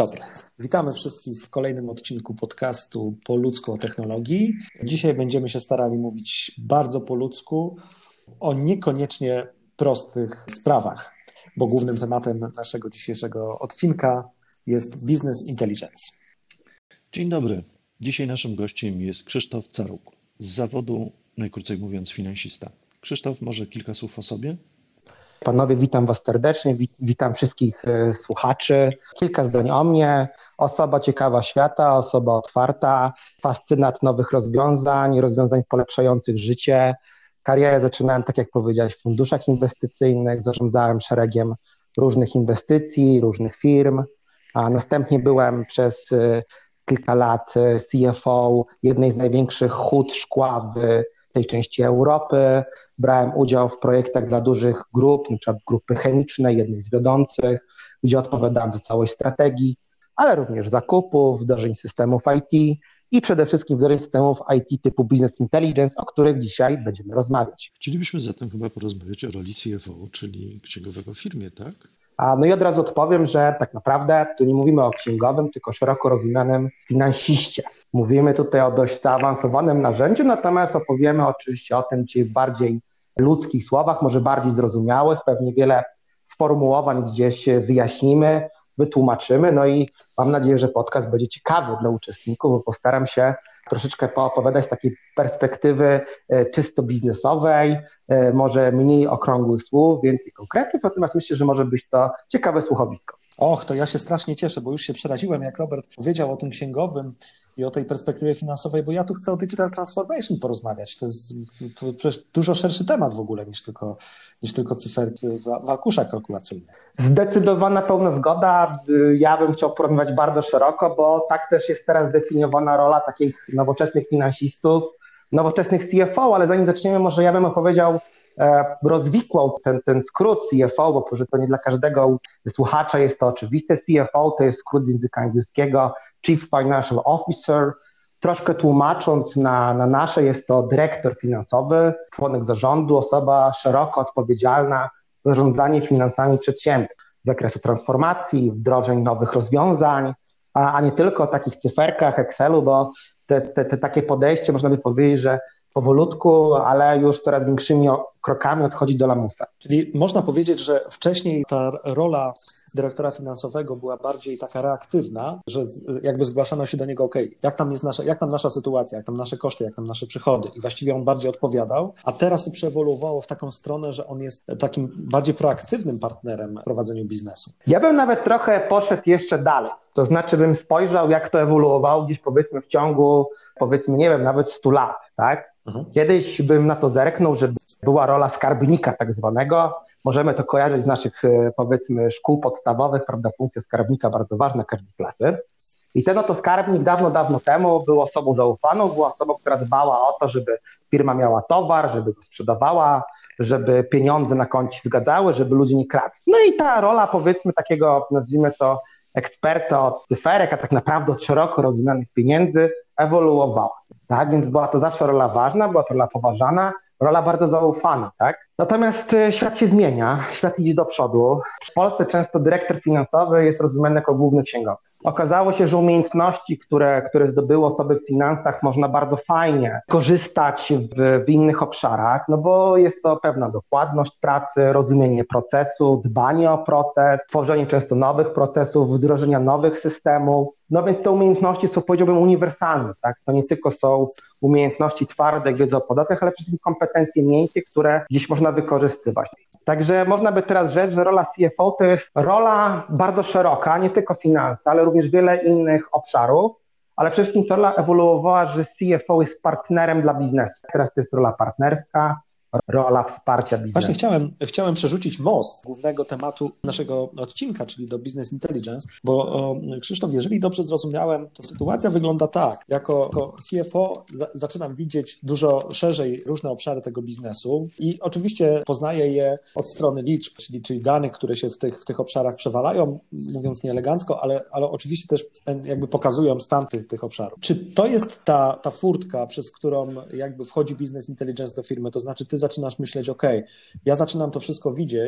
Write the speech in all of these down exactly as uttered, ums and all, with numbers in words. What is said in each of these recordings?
dobry. Witamy wszystkich w kolejnym odcinku podcastu Po ludzku o technologii. Dzisiaj będziemy się starali mówić bardzo po ludzku o niekoniecznie prostych sprawach, bo głównym tematem naszego dzisiejszego odcinka jest Business Intelligence. Dzień dobry. Dzisiaj naszym gościem jest Krzysztof Caruk, z zawodu, najkrócej mówiąc, finansista. Krzysztof, może kilka słów o sobie? Panowie, witam Was serdecznie, witam wszystkich słuchaczy. Kilka zdań o mnie. Osoba ciekawa świata, osoba otwarta, fascynat nowych rozwiązań, rozwiązań polepszających życie. Karierę zaczynałem, tak jak powiedziałeś, w funduszach inwestycyjnych, zarządzałem szeregiem różnych inwestycji, różnych firm, a następnie byłem przez kilka lat C F O jednej z największych hut szkła w tej części Europy. Brałem udział w projektach dla dużych grup, np. grupy chemicznej, jednej z wiodących, gdzie odpowiadałem za całość strategii, ale również zakupów, wdrożeń systemów I T i przede wszystkim wdrożeń systemów I T typu Business Intelligence, o których dzisiaj będziemy rozmawiać. Chcielibyśmy zatem chyba porozmawiać o roli C F O, czyli księgowego w firmie, tak? A no i od razu odpowiem, że tak naprawdę tu nie mówimy o księgowym, tylko szeroko rozumianym finansiście. Mówimy tutaj o dość zaawansowanym narzędziu, natomiast opowiemy oczywiście o tym, czy w bardziej ludzkich słowach, może bardziej zrozumiałych, pewnie wiele sformułowań gdzieś wyjaśnimy, wytłumaczymy, no i mam nadzieję, że podcast będzie ciekawy dla uczestników, bo postaram się troszeczkę poopowiadać z takiej perspektywy czysto biznesowej, może mniej okrągłych słów, więcej konkretów, natomiast myślę, że może być to ciekawe słuchowisko. Och, to ja się strasznie cieszę, bo już się przeraziłem, jak Robert powiedział o tym księgowym i o tej perspektywie finansowej, bo ja tu chcę o Digital Transformation porozmawiać. To jest to przecież dużo szerszy temat w ogóle niż tylko, niż tylko cyferki w, w arkuszach kalkulacyjnych. Zdecydowana pełna zgoda. Ja bym chciał porozmawiać bardzo szeroko, bo tak też jest teraz definiowana rola takich nowoczesnych finansistów, nowoczesnych C F O, ale zanim zaczniemy, może ja bym opowiedział, rozwikłał ten, ten skrót C F O, bo że to nie dla każdego słuchacza jest to oczywiste. C F O to jest skrót z języka angielskiego Chief Financial Officer. Troszkę tłumacząc na, na nasze, jest to dyrektor finansowy, członek zarządu, osoba szeroko odpowiedzialna za zarządzanie finansami przedsiębiorstw z zakresu transformacji, wdrożeń nowych rozwiązań, a, a nie tylko o takich cyferkach, Excelu, bo te, te, te takie podejście, można by powiedzieć, że powolutku, ale już coraz większymi krokami odchodzi do lamusa. Czyli można powiedzieć, że wcześniej ta rola dyrektora finansowego była bardziej taka reaktywna, że jakby zgłaszano się do niego, ok, jak tam jest nasza, jak tam nasza sytuacja, jak tam nasze koszty, jak tam nasze przychody i właściwie on bardziej odpowiadał, a teraz to przeewoluowało w taką stronę, że on jest takim bardziej proaktywnym partnerem w prowadzeniu biznesu. Ja bym nawet trochę poszedł jeszcze dalej, to znaczy bym spojrzał, jak to ewoluowało gdzieś powiedzmy w ciągu, powiedzmy, nie wiem, nawet stu lat, tak? Mhm. Kiedyś bym na to zerknął, że była rola skarbnika tak zwanego. Możemy to kojarzyć z naszych, powiedzmy, szkół podstawowych, prawda, funkcja skarbnika bardzo ważna każdej klasy. I ten oto skarbnik dawno, dawno temu był osobą zaufaną, była osobą, która dbała o to, żeby firma miała towar, żeby go sprzedawała, żeby pieniądze na koncie zgadzały, żeby ludzie nie kradli. No i ta rola, powiedzmy, takiego, nazwijmy to, eksperta od cyferek, a tak naprawdę od szeroko rozumianych pieniędzy ewoluowała. Tak, więc była to zawsze rola ważna, była to rola poważana, rola bardzo zaufana, tak? Natomiast świat się zmienia, świat idzie do przodu. W Polsce często dyrektor finansowy jest rozumiany jako główny księgowy. Okazało się, że umiejętności, które, które zdobyły osoby w finansach, można bardzo fajnie korzystać w, w innych obszarach, no bo jest to pewna dokładność pracy, rozumienie procesu, dbanie o proces, tworzenie często nowych procesów, wdrożenia nowych systemów. No więc te umiejętności są, powiedziałbym, uniwersalne, tak? To nie tylko są umiejętności twarde, jak wiedza o podatkach, ale przede wszystkim kompetencje miękkie, które gdzieś można wykorzystywać. Także można by teraz rzec, że rola C F O to jest rola bardzo szeroka, nie tylko finanse, ale również wiele innych obszarów, ale przede wszystkim ta rola ewoluowała, że C F O jest partnerem dla biznesu. Teraz to jest rola partnerska, rola wsparcia biznesu. Właśnie chciałem, chciałem przerzucić most głównego tematu naszego odcinka, czyli do Business Intelligence, bo o, Krzysztof, jeżeli dobrze zrozumiałem, to sytuacja wygląda tak. Jako, jako C F O za, zaczynam widzieć dużo szerzej różne obszary tego biznesu i oczywiście poznaję je od strony liczb, czyli, czyli danych, które się w tych, w tych obszarach przewalają, mówiąc nieelegancko, ale, ale oczywiście też jakby pokazują stan tych, tych obszarów. Czy to jest ta, ta furtka, przez którą jakby wchodzi Business Intelligence do firmy, to znaczy ty zaczynasz myśleć, ok, ja zaczynam to wszystko widzieć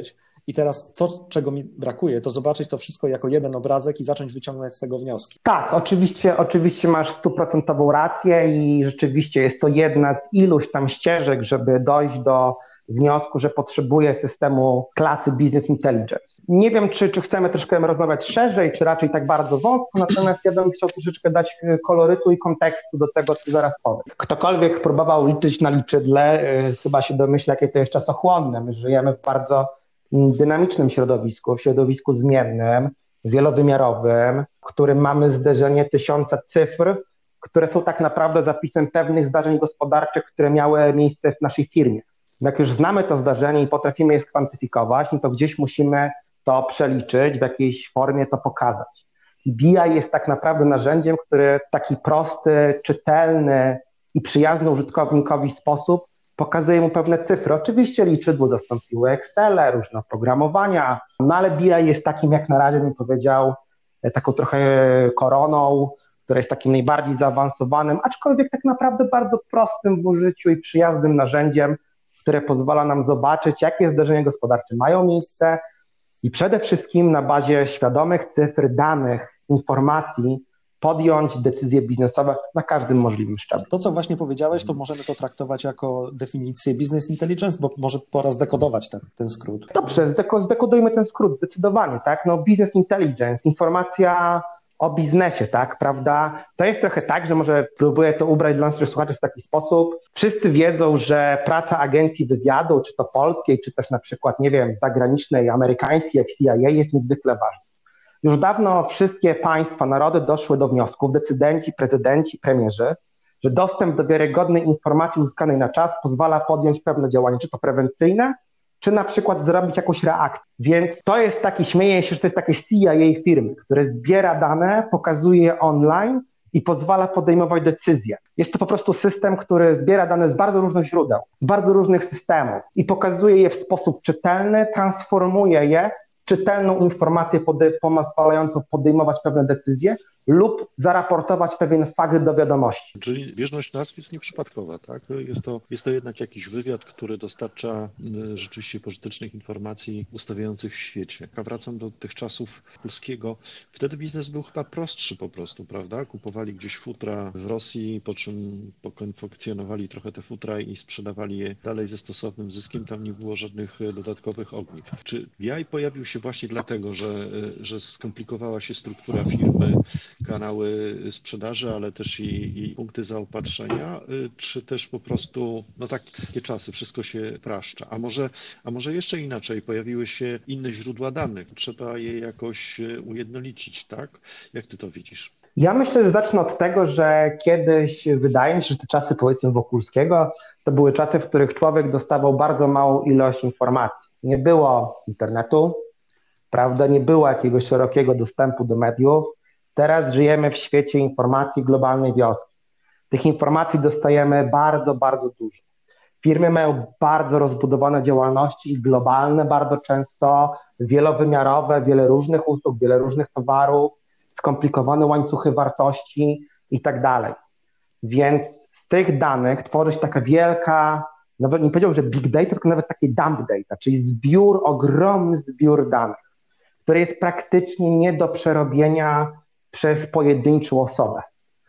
i teraz to, czego mi brakuje, to zobaczyć to wszystko jako jeden obrazek i zacząć wyciągnąć z tego wnioski. Tak, oczywiście, oczywiście masz stuprocentową rację i rzeczywiście jest to jedna z iluś tam ścieżek, żeby dojść do wniosku, że potrzebuje systemu klasy Business Intelligence. Nie wiem, czy, czy chcemy troszkę rozmawiać szerzej, czy raczej tak bardzo wąsko, natomiast ja bym chciał troszeczkę dać kolorytu i kontekstu do tego, co zaraz powiem. Ktokolwiek próbował liczyć na liczydle, yy, chyba się domyśla, jakie to jest czasochłonne. My żyjemy w bardzo dynamicznym środowisku, w środowisku zmiennym, wielowymiarowym, w którym mamy zderzenie tysiąca cyfr, które są tak naprawdę zapisem pewnych zdarzeń gospodarczych, które miały miejsce w naszej firmie. Jak już znamy to zdarzenie i potrafimy je skwantyfikować, no to gdzieś musimy to przeliczyć, w jakiejś formie to pokazać. B I jest tak naprawdę narzędziem, które w taki prosty, czytelny i przyjazny użytkownikowi sposób pokazuje mu pewne cyfry. Oczywiście liczydło dostąpiły Excele, różne oprogramowania, no ale B I jest takim, jak na razie bym powiedział, taką trochę koroną, która jest takim najbardziej zaawansowanym, aczkolwiek tak naprawdę bardzo prostym w użyciu i przyjaznym narzędziem, które pozwala nam zobaczyć, jakie zdarzenia gospodarcze mają miejsce i przede wszystkim na bazie świadomych cyfr, danych, informacji podjąć decyzje biznesowe na każdym możliwym szczeblu. To, co właśnie powiedziałeś, to możemy to traktować jako definicję business intelligence, bo może pora zdekodować ten, ten skrót. Dobrze, zdeko- zdekodujmy ten skrót, zdecydowanie, tak? No business intelligence, informacja o biznesie, tak, prawda? To jest trochę tak, że może próbuję to ubrać dla naszych słuchaczy w taki sposób. Wszyscy wiedzą, że praca agencji wywiadu, czy to polskiej, czy też na przykład, nie wiem, zagranicznej, amerykańskiej, jak C I A, jest niezwykle ważna. Już dawno wszystkie państwa, narody doszły do wniosków, decydenci, prezydenci, premierzy, że dostęp do wiarygodnej informacji uzyskanej na czas pozwala podjąć pewne działania, czy to prewencyjne, czy na przykład zrobić jakąś reakcję. Więc to jest taki, śmieję się, że to jest takie C I A firmy, które zbiera dane, pokazuje je online i pozwala podejmować decyzje. Jest to po prostu system, który zbiera dane z bardzo różnych źródeł, z bardzo różnych systemów i pokazuje je w sposób czytelny, transformuje je w czytelną informację pozwalającą podejmować pewne decyzje lub zaraportować pewien fakt do wiadomości. Czyli bieżność nazw jest nieprzypadkowa, tak? Jest to, jest to jednak jakiś wywiad, który dostarcza rzeczywiście pożytecznych informacji ustawiających w świecie. A wracam do tych czasów polskiego. Wtedy biznes był chyba prostszy po prostu, prawda? Kupowali gdzieś futra w Rosji, po czym pokonfekcjonowali trochę te futra i sprzedawali je dalej ze stosownym zyskiem. Tam nie było żadnych dodatkowych ogniw. Czy B I pojawił się właśnie dlatego, że, że skomplikowała się struktura firmy, kanały sprzedaży, ale też i, i punkty zaopatrzenia, czy też po prostu, no takie czasy, wszystko się praszcza. A może, a może jeszcze inaczej, pojawiły się inne źródła danych, trzeba je jakoś ujednolicić, tak? Jak ty to widzisz? Ja myślę, że zacznę od tego, że kiedyś wydaje mi się, że te czasy, powiedzmy, Wokulskiego, to były czasy, w których człowiek dostawał bardzo małą ilość informacji. Nie było internetu, prawda, nie było jakiegoś szerokiego dostępu do mediów. Teraz żyjemy w świecie informacji globalnej wioski. Tych informacji dostajemy bardzo, bardzo dużo. Firmy mają bardzo rozbudowane działalności i globalne, bardzo często wielowymiarowe, wiele różnych usług, wiele różnych towarów, skomplikowane łańcuchy wartości i tak dalej. Więc z tych danych tworzy się taka wielka, nawet nie powiedział, że big data, tylko nawet takie dump data, czyli zbiór, ogromny zbiór danych, który jest praktycznie nie do przerobienia przez pojedynczą osobę.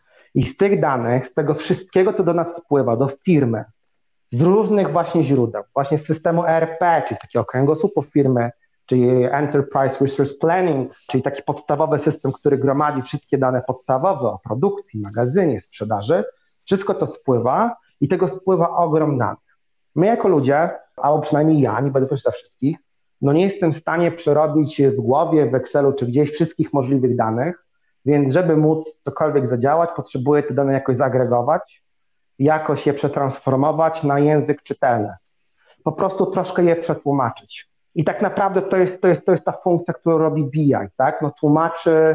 I z tych danych, z tego wszystkiego, co do nas spływa, do firmy, z różnych właśnie źródeł, właśnie z systemu E R P, czyli takiego kręgosłupu firmy, czyli Enterprise Resource Planning, czyli taki podstawowy system, który gromadzi wszystkie dane podstawowe o produkcji, magazynie, sprzedaży, wszystko to spływa i tego spływa ogrom danych. My jako ludzie, albo przynajmniej ja, nie będę powiedzieć za wszystkich, no nie jestem w stanie przerobić w głowie, w Excelu czy gdzieś wszystkich możliwych danych, więc żeby móc cokolwiek zadziałać, potrzebuję te dane jakoś zagregować, jakoś je przetransformować na język czytelny. Po prostu troszkę je przetłumaczyć. I tak naprawdę to jest, to jest, to jest ta funkcja, którą robi B I, tak? No, tłumaczy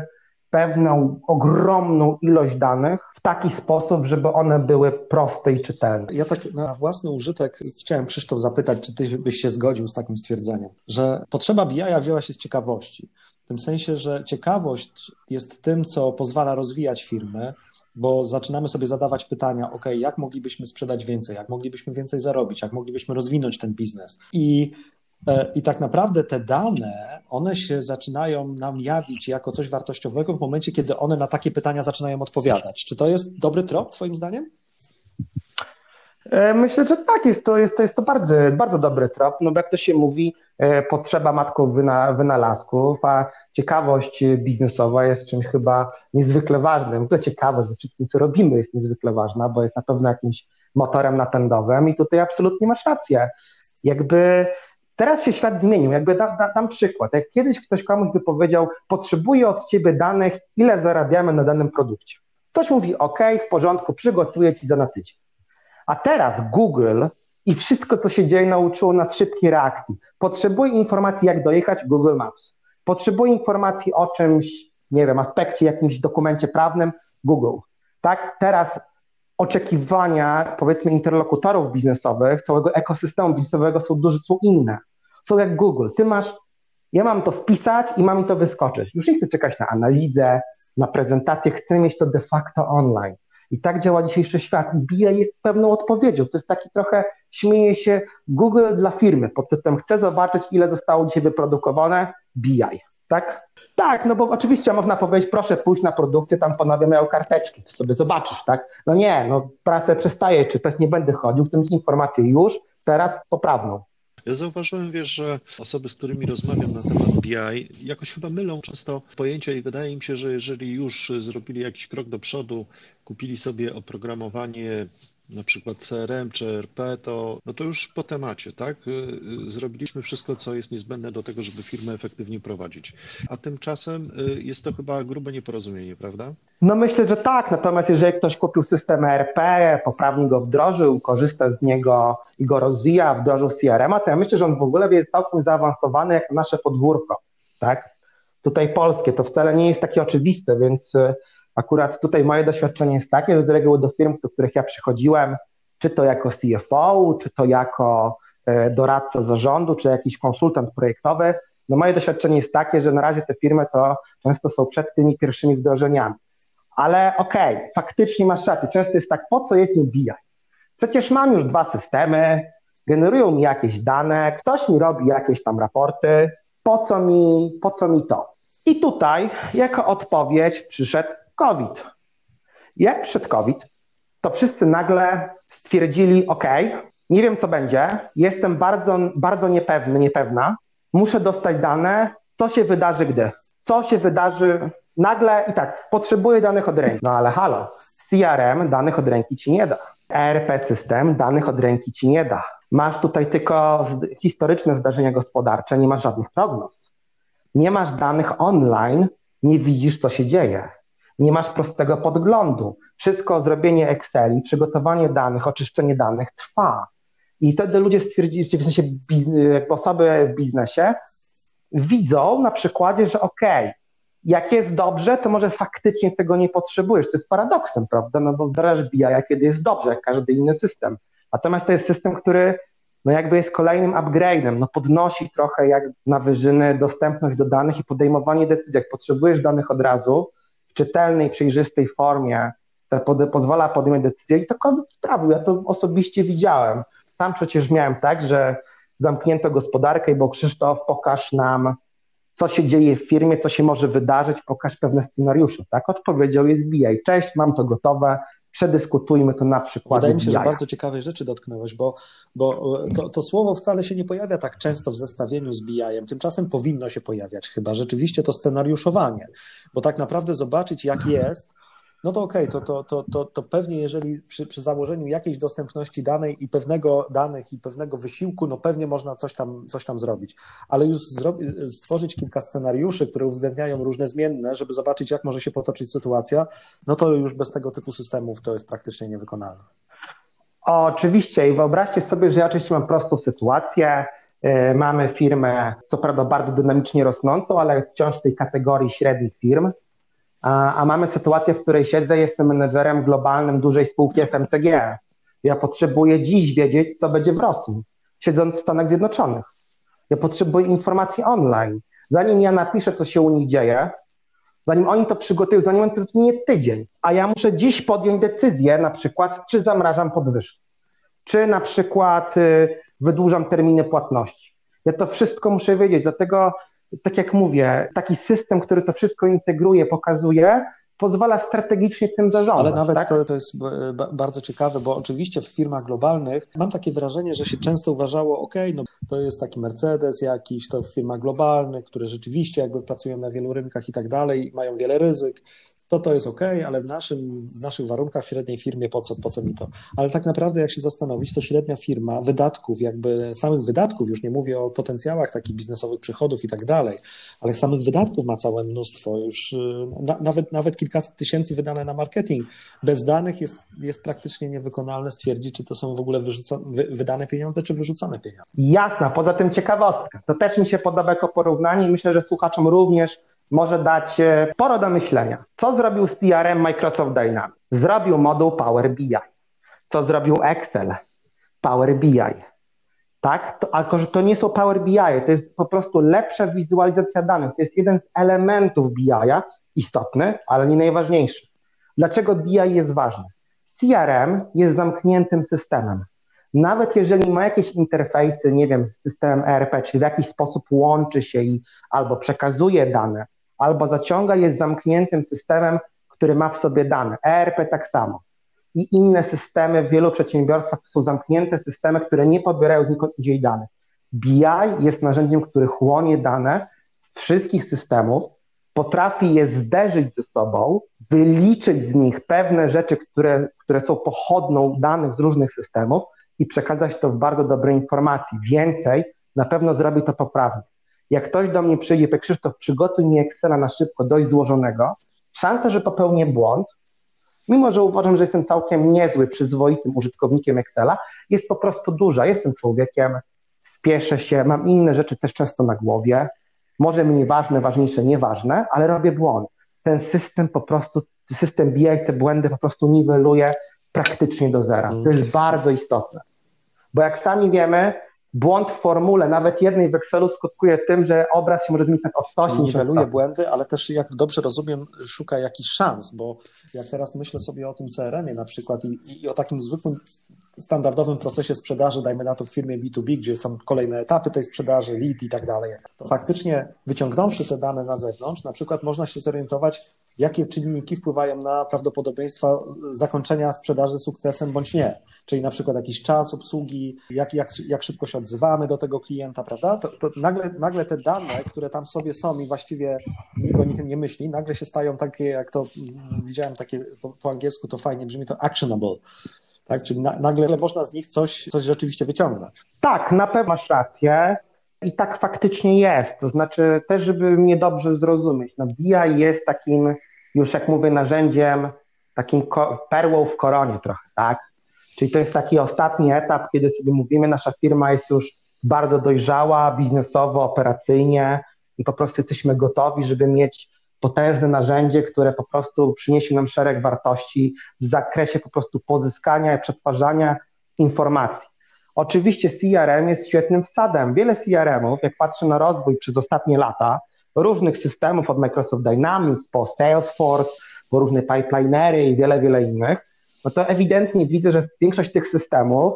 pewną ogromną ilość danych w taki sposób, żeby one były proste i czytelne. Ja tak na własny użytek chciałem, Krzysztof, zapytać, czy ty byś się zgodził z takim stwierdzeniem, że potrzeba B I wzięła się z ciekawości. W tym sensie, że ciekawość jest tym, co pozwala rozwijać firmy, bo zaczynamy sobie zadawać pytania, ok, jak moglibyśmy sprzedać więcej, jak moglibyśmy więcej zarobić, jak moglibyśmy rozwinąć ten biznes. I I tak naprawdę te dane, one się zaczynają nam jawić jako coś wartościowego w momencie, kiedy one na takie pytania zaczynają odpowiadać. Czy to jest dobry trop, twoim zdaniem? Myślę, że tak, jest to, jest to, jest to bardzo, bardzo dobry trop, no bo jak to się mówi, potrzeba matką wyna, wynalazków, a ciekawość biznesowa jest czymś chyba niezwykle ważnym. W ogóle ciekawość we wszystkim, co robimy, jest niezwykle ważna, bo jest na pewno jakimś motorem napędowym i tutaj absolutnie masz rację. Jakby teraz się świat zmienił, jakby da, da, dam przykład. Jak kiedyś ktoś komuś by powiedział, potrzebuję od ciebie danych, ile zarabiamy na danym produkcie. Ktoś mówi, ok, w porządku, przygotuję ci za na tydzień. A teraz Google i wszystko, co się dzieje, nauczyło nas szybkiej reakcji. Potrzebuję informacji, jak dojechać, Google Maps. Potrzebuję informacji o czymś, nie wiem, aspekcie, jakimś dokumencie prawnym, Google. Tak, teraz oczekiwania, powiedzmy, interlokutorów biznesowych, całego ekosystemu biznesowego są dużo są inne. Są jak Google. Ty masz, ja mam to wpisać i mam mi to wyskoczyć. Już nie chcę czekać na analizę, na prezentację, chcę mieć to de facto online. I tak działa dzisiejszy świat i B I jest pewną odpowiedzią. To jest taki trochę, śmieje się, Google dla firmy pod tytułem chcę zobaczyć, ile zostało dzisiaj wyprodukowane, B I, tak? Tak, no bo oczywiście można powiedzieć, proszę pójść na produkcję, tam panowie mają karteczki, to sobie zobaczysz, tak? No nie, no prasę przestaję czytać, nie będę chodził, chcę mieć informację już, teraz poprawną. Ja zauważyłem, wiesz, że osoby, z którymi rozmawiam na temat B I, jakoś chyba mylą często pojęcia i wydaje mi się, że jeżeli już zrobili jakiś krok do przodu, kupili sobie oprogramowanie, na przykład C R M czy E R P, to, no to już po temacie, tak? Zrobiliśmy wszystko, co jest niezbędne do tego, żeby firmę efektywnie prowadzić. A tymczasem jest to chyba grube nieporozumienie, prawda? No myślę, że tak, natomiast jeżeli ktoś kupił system E R P, poprawnie go wdrożył, korzysta z niego i go rozwija, wdrożył C R M-a, to ja myślę, że on w ogóle jest całkiem zaawansowany jak nasze podwórko, tak? Tutaj polskie, to wcale nie jest takie oczywiste, więc akurat tutaj moje doświadczenie jest takie, że z reguły do firm, do których ja przychodziłem, czy to jako C F O, czy to jako doradca zarządu, czy jakiś konsultant projektowy, no moje doświadczenie jest takie, że na razie te firmy to często są przed tymi pierwszymi wdrożeniami. Ale okej, okay, faktycznie masz rację, często jest tak, po co jest mi B I? Przecież mam już dwa systemy, generują mi jakieś dane, ktoś mi robi jakieś tam raporty, po co mi, po co mi to? I tutaj jako odpowiedź przyszedł COVID. Jak przyszedł COVID, to wszyscy nagle stwierdzili, ok, nie wiem co będzie, jestem bardzo, bardzo niepewny, niepewna, muszę dostać dane, co się wydarzy gdy, co się wydarzy nagle i tak, potrzebuję danych od ręki. No ale halo, C R M danych od ręki ci nie da. E R P system danych od ręki ci nie da. Masz tutaj tylko historyczne zdarzenia gospodarcze, nie masz żadnych prognoz. Nie masz danych online, nie widzisz co się dzieje. Nie masz prostego podglądu. Wszystko, zrobienie Exceli, przygotowanie danych, oczyszczenie danych trwa. I wtedy ludzie stwierdzili, w sensie osoby w biznesie widzą na przykładzie, że okej, okay, jak jest dobrze, to może faktycznie tego nie potrzebujesz. To jest paradoksem, prawda? No bo wdrażasz B I, kiedy jest dobrze, jak każdy inny system. Natomiast to jest system, który no jakby jest kolejnym upgrade'em, no podnosi trochę jak na wyżyny dostępność do danych i podejmowanie decyzji. Jak potrzebujesz danych od razu, w czytelnej, przejrzystej formie, to pod, pozwala podjąć decyzję i to COVID sprawił. Ja to osobiście widziałem. Sam przecież miałem tak, że zamknięto gospodarkę, bo Krzysztof, pokaż nam, co się dzieje w firmie, co się może wydarzyć, pokaż pewne scenariusze. Tak? Odpowiedział jest B I. Cześć, mam to gotowe, przedyskutujmy to na przykład. Wydaje mi się, że bardzo ciekawej rzeczy dotknąłeś, bo, bo to, to słowo wcale się nie pojawia tak często w zestawieniu z B I-em. Tymczasem powinno się pojawiać chyba rzeczywiście to scenariuszowanie, bo tak naprawdę zobaczyć jak jest, no to okej, okay, to, to, to, to, to pewnie jeżeli przy, przy założeniu jakiejś dostępności danej i pewnego danych i pewnego wysiłku, no pewnie można coś tam, coś tam zrobić, ale już zrobi, stworzyć kilka scenariuszy, które uwzględniają różne zmienne, żeby zobaczyć jak może się potoczyć sytuacja, no to już bez tego typu systemów to jest praktycznie niewykonalne. Oczywiście i wyobraźcie sobie, że ja oczywiście mam prostą sytuację, yy, mamy firmę, co prawda bardzo dynamicznie rosnącą, ale wciąż w tej kategorii średnich firm, A, a mamy sytuację, w której siedzę, jestem menedżerem globalnym dużej spółki F M C G. Ja potrzebuję dziś wiedzieć, co będzie w Rosji, siedząc w Stanach Zjednoczonych. Ja potrzebuję informacji online. Zanim ja napiszę, co się u nich dzieje, zanim oni to przygotują, zanim oni to minie tydzień, a ja muszę dziś podjąć decyzję, na przykład, czy zamrażam podwyżki, czy na przykład y, wydłużam terminy płatności. Ja to wszystko muszę wiedzieć, dlatego tak jak mówię, taki system, który to wszystko integruje, pokazuje, pozwala strategicznie tym zarządzać. Ale nawet tak? to, to jest bardzo ciekawe, bo oczywiście w firmach globalnych mam takie wrażenie, że się często uważało, ok, no to jest taki Mercedes jakiś, to w firmach globalnych, które rzeczywiście jakby pracują na wielu rynkach i tak dalej, mają wiele ryzyk, to to jest ok, ale w, naszym, w naszych warunkach w średniej firmie po co, po co mi to? Ale tak naprawdę jak się zastanowić, to średnia firma wydatków, jakby samych wydatków, już nie mówię o potencjałach takich biznesowych przychodów i tak dalej, ale samych wydatków ma całe mnóstwo, już na, nawet, nawet kilkaset tysięcy wydane na marketing. Bez danych jest, jest praktycznie niewykonalne stwierdzić, czy to są w ogóle wyrzuco, wy, wydane pieniądze, czy wyrzucone pieniądze. Jasna, poza tym ciekawostka. To też mi się podoba jako porównanie i myślę, że słuchaczom również może dać sporo do myślenia. Co zrobił C R M Microsoft Dynamics? Zrobił moduł Power B I. Co zrobił Excel? Power B I. Tak? To, ale to nie są Power B I, to jest po prostu lepsza wizualizacja danych. To jest jeden z elementów B I, istotny, ale nie najważniejszy. Dlaczego B I jest ważny? C R M jest zamkniętym systemem. Nawet jeżeli ma jakieś interfejsy, nie wiem, z systemem E R P, czy w jakiś sposób łączy się i albo przekazuje dane, albo zaciąga, jest zamkniętym systemem, który ma w sobie dane. E R P tak samo. I inne systemy w wielu przedsiębiorstwach to są zamknięte systemy, które nie pobierają znikąd indziej danych. B I jest narzędziem, które chłonie dane z wszystkich systemów, potrafi je zderzyć ze sobą, wyliczyć z nich pewne rzeczy, które, które są pochodną danych z różnych systemów i przekazać to w bardzo dobrej informacji. Więcej, na pewno zrobi to poprawnie. Jak ktoś do mnie przyjdzie, powie: Krzysztof, przygotuj mi Excela na szybko, dość złożonego, szansa, że popełnię błąd, mimo że uważam, że jestem całkiem niezły, przyzwoitym użytkownikiem Excela, jest po prostu duża. Jestem człowiekiem, spieszę się, mam inne rzeczy też często na głowie, może mniej ważne, ważniejsze, nieważne, ale robię błąd. Ten system po prostu, system B I te błędy po prostu niweluje praktycznie do zera. To jest bardzo istotne. Bo jak sami wiemy, błąd w formule, nawet jednej w Excelu, skutkuje tym, że obraz się może zmienić o sto osiemdziesiąt stopni. Niweluje błędy, ale też, jak dobrze rozumiem, szuka jakichś szans, bo jak teraz myślę sobie o tym C R M ie na przykład i, i o takim zwykłym, standardowym procesie sprzedaży, dajmy na to w firmie B dwa B, gdzie są kolejne etapy tej sprzedaży, lead i tak dalej, to faktycznie wyciągnąwszy te dane na zewnątrz, na przykład można się zorientować, jakie czynniki wpływają na prawdopodobieństwo zakończenia sprzedaży sukcesem bądź nie. Czyli na przykład jakiś czas obsługi, jak, jak, jak szybko się odzywamy do tego klienta, prawda? To, to nagle, nagle te dane, które tam sobie są i właściwie nikt o nich nie myśli, nagle się stają takie, jak to widziałem takie po, po angielsku, to fajnie brzmi, to actionable. Tak? Czyli na, nagle można z nich coś, coś rzeczywiście wyciągnąć. Tak, na pewno masz rację. I tak faktycznie jest, to znaczy też, żeby mnie dobrze zrozumieć, no B I jest takim, już jak mówię, narzędziem, takim ko- perłą w koronie trochę, tak? Czyli to jest taki ostatni etap, kiedy sobie mówimy, nasza firma jest już bardzo dojrzała biznesowo, operacyjnie i po prostu jesteśmy gotowi, żeby mieć potężne narzędzie, które po prostu przyniesie nam szereg wartości w zakresie po prostu pozyskania i przetwarzania informacji. Oczywiście C R M jest świetnym wsadem. Wiele C R M ów, jak patrzę na rozwój przez ostatnie lata, różnych systemów od Microsoft Dynamics po Salesforce, po różne pipelinery i wiele, wiele innych, no to ewidentnie widzę, że większość tych systemów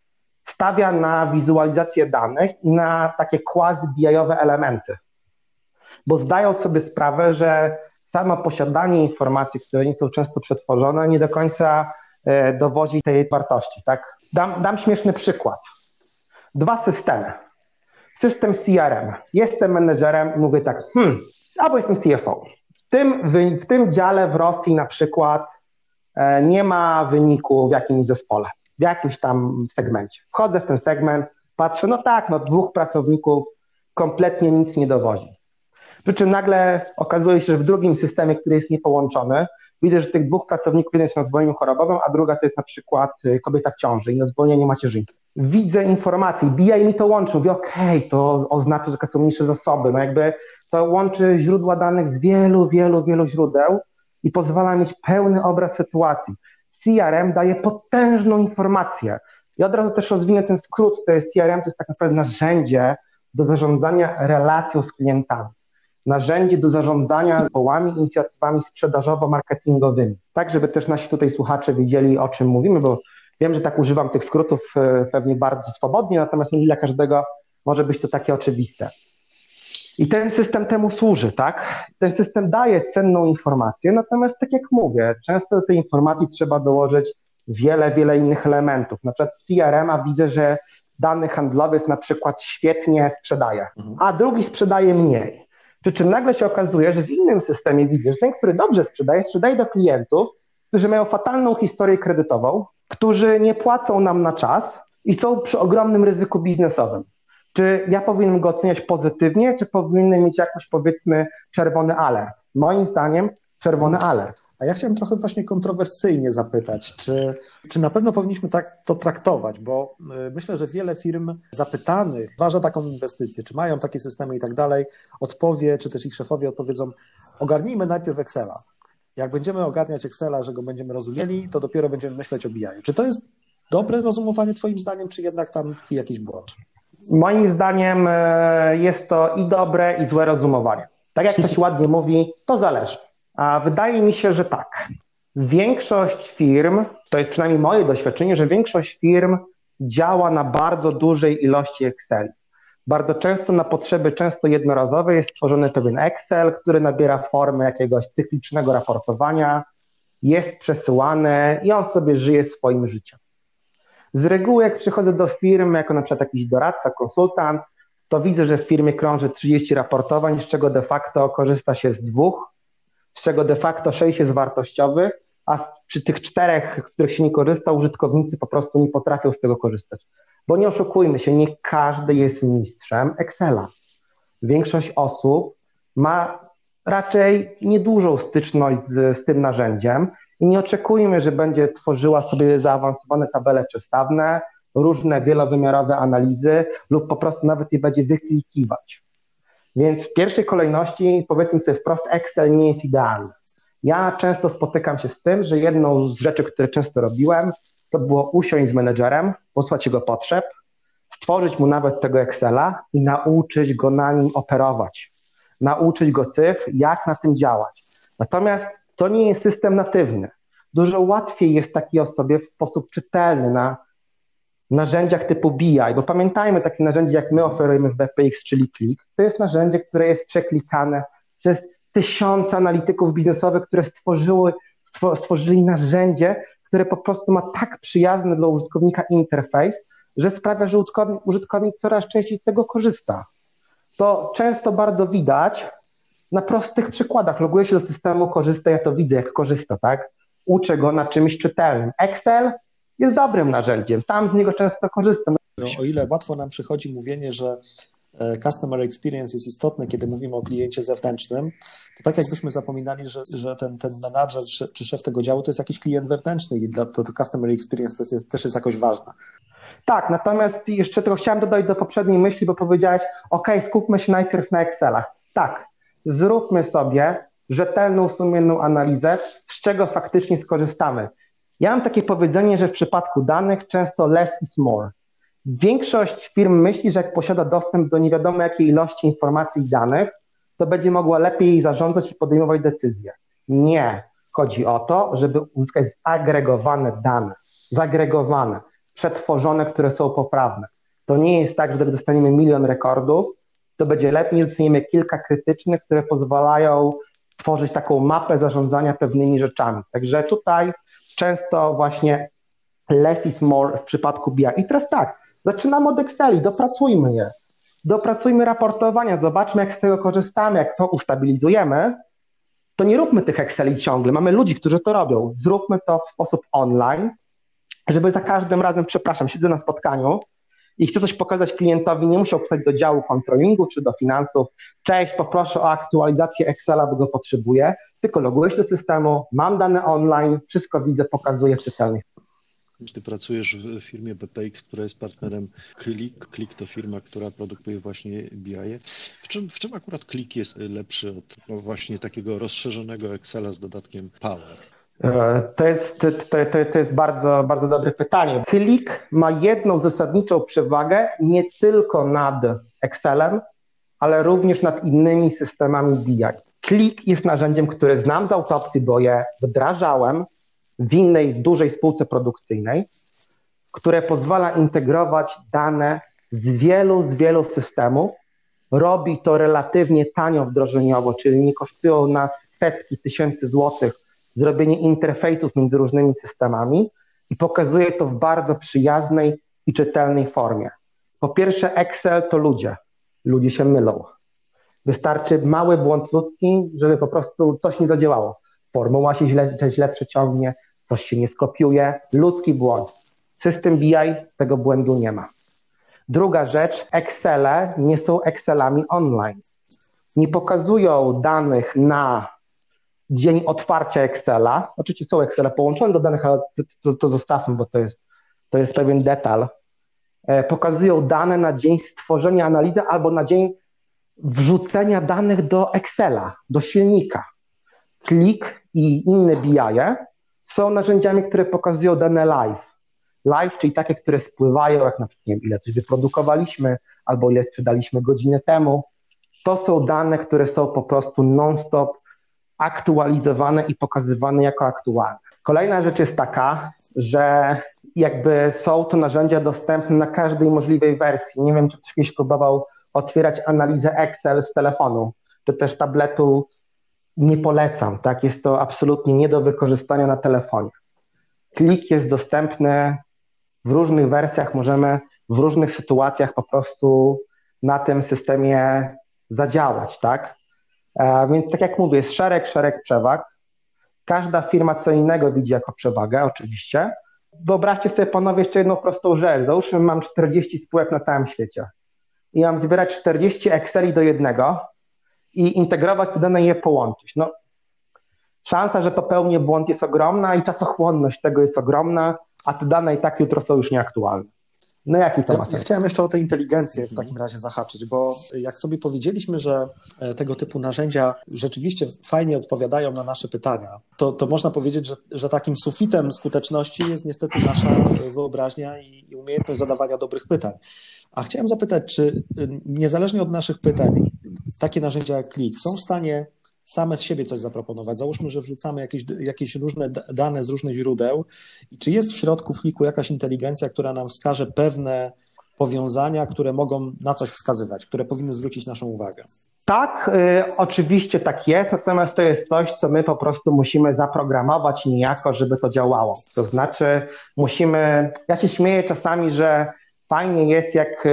stawia na wizualizację danych i na takie quasi-B I-owe elementy, bo zdają sobie sprawę, że samo posiadanie informacji, które nie są często przetworzone, nie do końca dowodzi tej wartości, tak? Dam, dam śmieszny przykład. Dwa systemy. System C R M. Jestem menedżerem i mówię tak, hmm, albo jestem C F O. W tym, w, w tym dziale w Rosji na przykład e, nie ma wyniku w jakimś zespole, w jakimś tam segmencie. Wchodzę w ten segment, patrzę, no tak, no dwóch pracowników kompletnie nic nie dowozi. Przy czym nagle okazuje się, że w drugim systemie, który jest niepołączony, widzę, że tych dwóch pracowników, jeden jest na zwolnieniu chorobowym, a druga to jest na przykład kobieta w ciąży i na zwolnieniu macierzyńskim. Widzę informacje, B I mi to łączy, mówię, okej, okay, to oznacza, że są mniejsze zasoby, no jakby to łączy źródła danych z wielu, wielu, wielu źródeł i pozwala mieć pełny obraz sytuacji. C R M daje potężną informację. I od razu też rozwinę ten skrót, to jest C R M, to jest tak naprawdę narzędzie do zarządzania relacją z klientami. Narzędzie do zarządzania zespołami, inicjatywami sprzedażowo-marketingowymi. Tak, żeby też nasi tutaj słuchacze wiedzieli, o czym mówimy, bo wiem, że tak używam tych skrótów pewnie bardzo swobodnie, natomiast nie dla każdego może być to takie oczywiste. I ten system temu służy, tak? Ten system daje cenną informację, natomiast tak jak mówię, często do tej informacji trzeba dołożyć wiele, wiele innych elementów. Na przykład z C R M a widzę, że dany handlowiec na przykład świetnie sprzedaje, a drugi sprzedaje mniej. Przy czym nagle się okazuje, że w innym systemie widzę, że ten, który dobrze sprzedaje, sprzedaje do klientów, którzy mają fatalną historię kredytową, którzy nie płacą nam na czas i są przy ogromnym ryzyku biznesowym. Czy ja powinienem go oceniać pozytywnie, czy powinienem mieć jakoś, powiedzmy, czerwony alert? Moim zdaniem czerwony alert. A ja chciałem trochę właśnie kontrowersyjnie zapytać, czy, czy na pewno powinniśmy tak to traktować, bo myślę, że wiele firm zapytanych uważa taką inwestycję, czy mają takie systemy i tak dalej, odpowie, czy też ich szefowie odpowiedzą, ogarnijmy najpierw Excela. Jak będziemy ogarniać Excela, że go będziemy rozumieli, to dopiero będziemy myśleć o B I. Czy to jest dobre rozumowanie twoim zdaniem, czy jednak tam tkwi jakiś błąd? Moim zdaniem jest to i dobre, i złe rozumowanie. Tak jak ktoś ładnie mówi, to zależy. A wydaje mi się, że tak. Większość firm, to jest przynajmniej moje doświadczenie, że większość firm działa na bardzo dużej ilości Exceli. Bardzo często na potrzeby często jednorazowe jest stworzony pewien Excel, który nabiera formy jakiegoś cyklicznego raportowania, jest przesyłany i on sobie żyje swoim życiem. Z reguły jak przychodzę do firmy jako na przykład jakiś doradca, konsultant, to widzę, że w firmie krąży trzydzieści raportowań, z czego de facto korzysta się z dwóch, z czego de facto sześć jest wartościowych, a przy tych czterech, z których się nie korzysta, użytkownicy po prostu nie potrafią z tego korzystać. Bo nie oszukujmy się, nie każdy jest mistrzem Excela. Większość osób ma raczej niedużą styczność z, z tym narzędziem i nie oczekujmy, że będzie tworzyła sobie zaawansowane tabele przestawne, różne wielowymiarowe analizy lub po prostu nawet je będzie wyklikiwać. Więc w pierwszej kolejności, powiedzmy sobie wprost, Excel nie jest idealny. Ja często spotykam się z tym, że jedną z rzeczy, które często robiłem, to było usiąść z menedżerem, posłuchać jego potrzeb, stworzyć mu nawet tego Excela i nauczyć go na nim operować. Nauczyć go cyfr, jak na tym działać. Natomiast to nie jest system natywny. Dużo łatwiej jest takiej osobie w sposób czytelny na narzędziach typu B I, bo pamiętajmy, takie narzędzie jak my oferujemy w B P X, czyli Klik, to jest narzędzie, które jest przeklikane przez tysiące analityków biznesowych, które stworzyły, stworzyli narzędzie, które po prostu ma tak przyjazny dla użytkownika interfejs, że sprawia, że użytkownik, użytkownik coraz częściej z tego korzysta. To często bardzo widać na prostych przykładach. Loguję się do systemu, korzysta, ja to widzę, jak korzysta, tak? Uczę go na czymś czytelnym. Excel jest dobrym narzędziem, sam z niego często korzystam. No, o ile łatwo nam przychodzi mówienie, że customer experience jest istotne, kiedy mówimy o kliencie zewnętrznym, to tak jakbyśmy zapominali, że, że ten, ten menadżer czy szef tego działu to jest jakiś klient wewnętrzny i dla, to, to customer experience też jest, też jest jakoś ważna. Tak, natomiast jeszcze tylko chciałem dodać do poprzedniej myśli, bo powiedziałeś, ok, skupmy się najpierw na Excelach. Tak, zróbmy sobie rzetelną, sumienną analizę, z czego faktycznie skorzystamy. Ja mam takie powiedzenie, że w przypadku danych często less is more. Większość firm myśli, że jak posiada dostęp do nie wiadomo jakiej ilości informacji i danych, to będzie mogła lepiej zarządzać i podejmować decyzje. Nie. Chodzi o to, żeby uzyskać zagregowane dane, zagregowane, przetworzone, które są poprawne. To nie jest tak, że jak dostaniemy milion rekordów, to będzie lepiej, że dostaniemy kilka krytycznych, które pozwalają tworzyć taką mapę zarządzania pewnymi rzeczami. Także tutaj często właśnie less is more w przypadku B I. I teraz tak, zaczynamy od Exceli, dopracujmy je. Dopracujmy raportowania, zobaczmy, jak z tego korzystamy, jak to ustabilizujemy. To nie róbmy tych Exceli ciągle. Mamy ludzi, którzy to robią. Zróbmy to w sposób online, żeby za każdym razem, przepraszam, siedzę na spotkaniu i chcę coś pokazać klientowi, nie muszę pisać do działu controllingu czy do finansów. Cześć, poproszę o aktualizację Excela, bo go potrzebuję. Tylko loguję się do systemu, mam dane online, wszystko widzę, pokazuję w czytelnych. Ty pracujesz w firmie B P X, która jest partnerem Klik. Klik to firma, która produkuje właśnie B I. W czym, w czym akurat Klik jest lepszy od no właśnie takiego rozszerzonego Excela z dodatkiem Power? To jest, to, to, to jest bardzo, bardzo dobre pytanie. Klik ma jedną zasadniczą przewagę nie tylko nad Excelem, ale również nad innymi systemami B I. Klik jest narzędziem, które znam z autopsji, bo je wdrażałem w innej dużej spółce produkcyjnej, które pozwala integrować dane z wielu, z wielu systemów, robi to relatywnie tanio wdrożeniowo, czyli nie kosztują nas setki tysięcy złotych zrobienie interfejsów między różnymi systemami i pokazuje to w bardzo przyjaznej i czytelnej formie. Po pierwsze, Excel to ludzie. Ludzie się mylą. Wystarczy mały błąd ludzki, żeby po prostu coś nie zadziałało. Formuła się źle, źle przeciągnie, coś się nie skopiuje. Ludzki błąd. System B I tego błędu nie ma. Druga rzecz, Excele nie są Excelami online. Nie pokazują danych na dzień otwarcia Excela. Oczywiście są Excele połączone do danych, ale to, to, to zostawmy, bo to jest, to jest pewien detal. E, pokazują dane na dzień stworzenia analizy albo na dzień wrzucenia danych do Excela, do silnika. Klik i inne B I są narzędziami, które pokazują dane live. Live, czyli takie, które spływają, jak na przykład nie wiem, ile coś wyprodukowaliśmy, albo ile sprzedaliśmy godzinę temu. To są dane, które są po prostu non-stop aktualizowane i pokazywane jako aktualne. Kolejna rzecz jest taka, że jakby są to narzędzia dostępne na każdej możliwej wersji. Nie wiem, czy ktoś kiedyś próbował otwierać analizę Excel z telefonu, czy też tabletu. Nie polecam, tak? Jest to absolutnie nie do wykorzystania na telefonie. Klik jest dostępny w różnych wersjach, możemy w różnych sytuacjach po prostu na tym systemie zadziałać, tak? E, więc tak jak mówię, jest szereg, szereg przewag. Każda firma co innego widzi jako przewagę, oczywiście. Wyobraźcie sobie, panowie, jeszcze jedną prostą rzecz. Załóżmy, mam czterdzieści spółek na całym świecie i mam zbierać czterdzieści Exceli do jednego i integrować te dane i je połączyć. No, szansa, że popełnię błąd jest ogromna i czasochłonność tego jest ogromna, a te dane i tak jutro są już nieaktualne. No jaki to ma sens? Ja chciałem jeszcze o tę inteligencję w takim razie zahaczyć, bo jak sobie powiedzieliśmy, że tego typu narzędzia rzeczywiście fajnie odpowiadają na nasze pytania, to, to można powiedzieć, że, że takim sufitem skuteczności jest niestety nasza wyobraźnia i, i umiejętność zadawania dobrych pytań. A chciałem zapytać, czy niezależnie od naszych pytań takie narzędzia jak Klik są w stanie same z siebie coś zaproponować? Załóżmy, że wrzucamy jakieś, jakieś różne dane z różnych źródeł i czy jest w środku Kliku jakaś inteligencja, która nam wskaże pewne powiązania, które mogą na coś wskazywać, które powinny zwrócić naszą uwagę? Tak, y, oczywiście tak jest, natomiast to jest coś, co my po prostu musimy zaprogramować niejako, żeby to działało. To znaczy musimy, ja się śmieję czasami, że fajnie jest jak...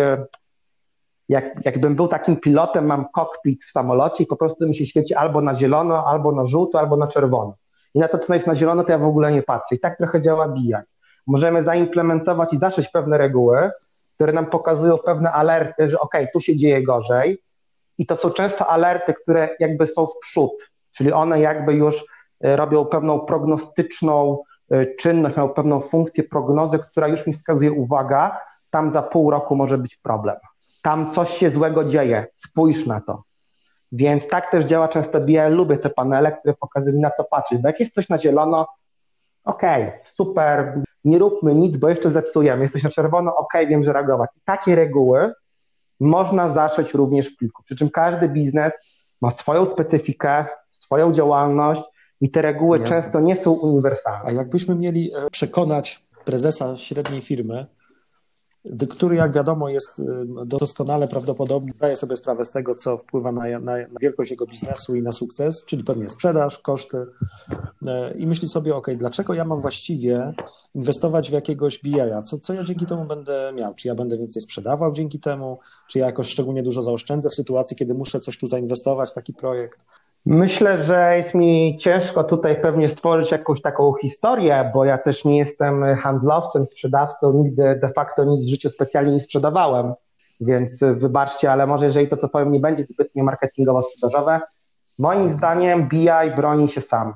Jak, jakbym był takim pilotem, mam kokpit w samolocie i po prostu mi się świeci albo na zielono, albo na żółto, albo na czerwono. I na to, co jest na zielono, to ja w ogóle nie patrzę. I tak trochę działa B I. Możemy zaimplementować i zaszyć pewne reguły, które nam pokazują pewne alerty, że ok, tu się dzieje gorzej. I to są często alerty, które jakby są w przód, czyli one jakby już robią pewną prognostyczną czynność, mają pewną funkcję prognozy, która już mi wskazuje, uwaga, tam za pół roku może być problem. Tam coś się złego dzieje, spójrz na to. Więc tak też działa często B I. Lubię te panele, które pokazują mi, na co patrzeć, bo jak jest coś na zielono, okej, okay, super, nie róbmy nic, bo jeszcze zepsujemy. Jesteś na czerwono, okej, okay, wiem, że reagować. I takie reguły można zaszyć również w Kliku. Przy czym każdy biznes ma swoją specyfikę, swoją działalność i te reguły Jasne. Często nie są uniwersalne. A jakbyśmy mieli przekonać prezesa średniej firmy, który, jak wiadomo, jest doskonale prawdopodobnie, zdaje sobie sprawę z tego, co wpływa na, na, na wielkość jego biznesu i na sukces, czyli pewnie sprzedaż, koszty i myśli sobie, ok, dlaczego ja mam właściwie inwestować w jakiegoś B I a? Co, co ja dzięki temu będę miał? Czy ja będę więcej sprzedawał dzięki temu? Czy ja jakoś szczególnie dużo zaoszczędzę w sytuacji, kiedy muszę coś tu zainwestować w taki projekt? Myślę, że jest mi ciężko tutaj pewnie stworzyć jakąś taką historię, bo ja też nie jestem handlowcem, sprzedawcą, nigdy de facto nic w życiu specjalnie nie sprzedawałem, więc wybaczcie, ale może jeżeli to, co powiem, nie będzie zbytnio marketingowo-sprzedażowe, moim zdaniem B I broni się sam,